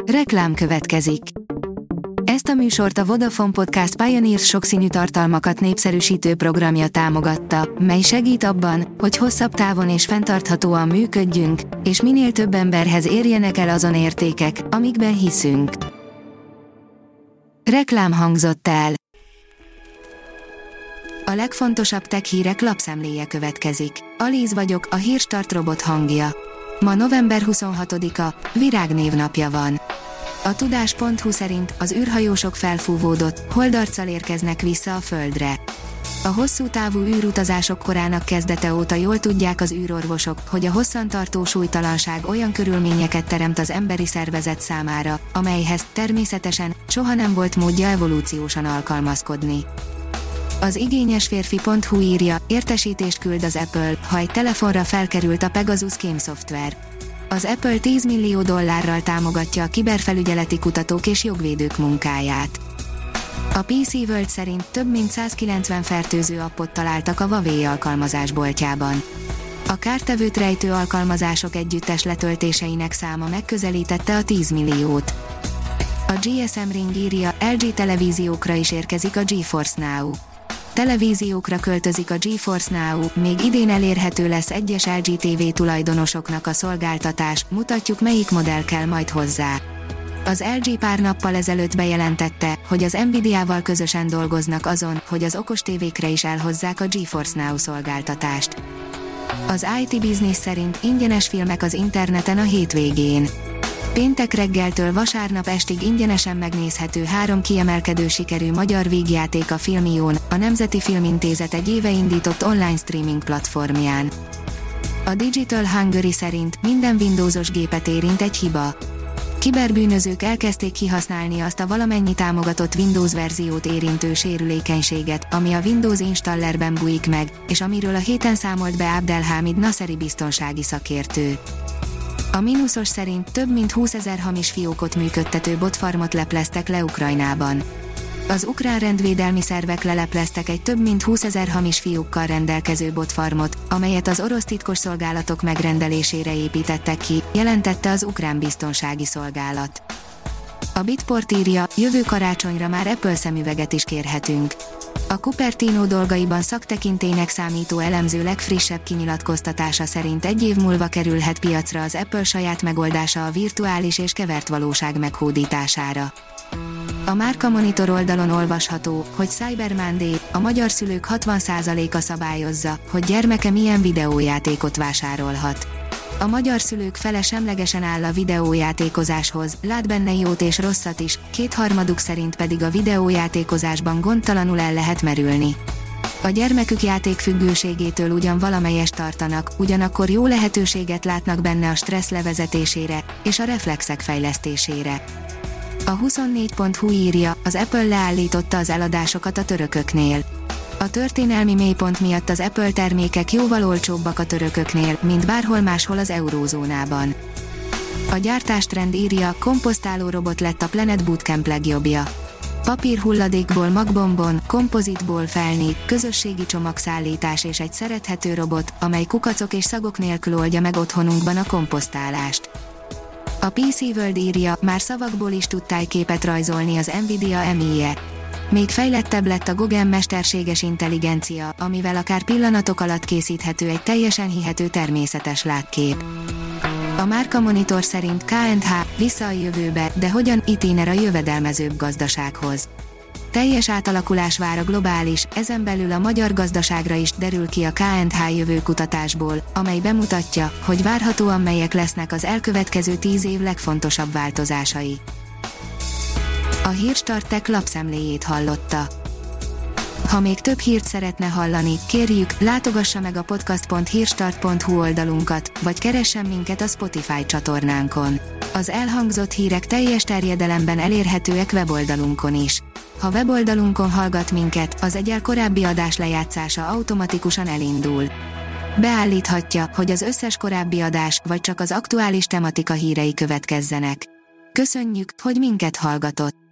Reklám következik. Ezt a műsort a Vodafone Podcast Pioneers sokszínű tartalmakat népszerűsítő programja támogatta, mely segít abban, hogy hosszabb távon és fenntarthatóan működjünk, és minél több emberhez érjenek el azon értékek, amikben hiszünk. Reklám hangzott el. A legfontosabb tech hírek lapszemléje következik. Alíz vagyok, a Hírstart robot hangja. Ma november 26-a, Virág névnapja van. A tudás.hu szerint az űrhajósok felfúvódott, holdarccal érkeznek vissza a Földre. A hosszú távú űrutazások korának kezdete óta jól tudják az űrorvosok, hogy a hosszantartó súlytalanság olyan körülményeket teremt az emberi szervezet számára, amelyhez természetesen soha nem volt módja evolúciósan alkalmazkodni. Az igényesférfi.hu írja, értesítést küld az Apple, ha egy telefonra felkerült a Pegasus kémszoftver. Az Apple $10 millió támogatja a kiberfelügyeleti kutatók és jogvédők munkáját. A PC World szerint több mint 190 fertőző appot találtak a Huawei alkalmazásboltjában. A kártevőt rejtő alkalmazások együttes letöltéseinek száma megközelítette a 10 milliót. A GSM Ring írja, LG televíziókra is érkezik a GeForce Now. Televíziókra költözik a GeForce Now, még idén elérhető lesz egyes LG TV tulajdonosoknak a szolgáltatás, mutatjuk melyik modell kell majd hozzá. Az LG pár nappal ezelőtt bejelentette, hogy az Nvidia-val közösen dolgoznak azon, hogy az okos tévékre is elhozzák a GeForce Now szolgáltatást. Az IT Business szerint ingyenes filmek az interneten a hétvégén. Péntek reggeltől vasárnap estig ingyenesen megnézhető 3 kiemelkedő sikerű magyar vígjáték a Filmión, a Nemzeti Filmintézet egy éve indított online streaming platformján. A Digital Hungary szerint minden Windowsos gépet érint egy hiba. Kiberbűnözők elkezdték kihasználni azt a valamennyi támogatott Windows verziót érintő sérülékenységet, ami a Windows installerben bujik meg, és amiről a héten számolt be Abdelhamid Naseri biztonsági szakértő. A mínuszos szerint több mint 20 000 hamis fiókot működtető botfarmot lepleztek le Ukrajnában. Az ukrán rendvédelmi szervek lelepleztek egy több mint 20 000 hamis fiókkal rendelkező botfarmot, amelyet az orosz titkosszolgálatok megrendelésére építettek ki, jelentette az ukrán biztonsági szolgálat. A Bitport írja, jövő karácsonyra már Apple szemüveget is kérhetünk. A Cupertino dolgaiban szaktekintélynek számító elemző legfrissebb kinyilatkoztatása szerint egy év múlva kerülhet piacra az Apple saját megoldása a virtuális és kevert valóság meghódítására. A Márka Monitor oldalon olvasható, hogy Cyber Monday, a magyar szülők 60%-a szabályozza, hogy gyermeke milyen videójátékot vásárolhat. A magyar szülők fele semlegesen áll a videójátékozáshoz, lát benne jót és rosszat is, 2/3 szerint pedig a videójátékozásban gondtalanul el lehet merülni. A gyermekük játékfüggőségétől ugyan valamelyest tartanak, ugyanakkor jó lehetőséget látnak benne a stressz levezetésére és a reflexek fejlesztésére. A 24.hu írja, az Apple leállította az eladásokat a törököknél. A történelmi mélypont miatt az Apple termékek jóval olcsóbbak a törököknél, mint bárhol máshol az eurózónában. A gyártástrend írja, komposztáló robot lett a Planet Bootcamp legjobbja. Papírhulladékból magbombon, kompozitból felni, közösségi csomagszállítás és egy szerethető robot, amely kukacok és szagok nélkül oldja meg otthonunkban a komposztálást. A PC World írja, már szavakból is tud tájképet rajzolni az Nvidia MI-je. Még fejlettebb lett a Gauguin mesterséges intelligencia, amivel akár pillanatok alatt készíthető egy teljesen hihető természetes látkép. A Márka Monitor szerint K&H vissza a jövőbe, de hogyan itiner a jövedelmezőbb gazdasághoz. Teljes átalakulás vár a globális, ezen belül a magyar gazdaságra is, derül ki a K&H jövőkutatásból, amely bemutatja, hogy várhatóan melyek lesznek az elkövetkező 10 év legfontosabb változásai. A Hírstart Tech lapszemléjét hallotta. Ha még több hírt szeretne hallani, kérjük, látogassa meg a podcast.hírstart.hu oldalunkat, vagy keressen minket a Spotify csatornánkon. Az elhangzott hírek teljes terjedelemben elérhetőek weboldalunkon is. Ha weboldalunkon hallgat minket, az egyel korábbi adás lejátszása automatikusan elindul. Beállíthatja, hogy az összes korábbi adás, vagy csak az aktuális tematika hírei következzenek. Köszönjük, hogy minket hallgatott!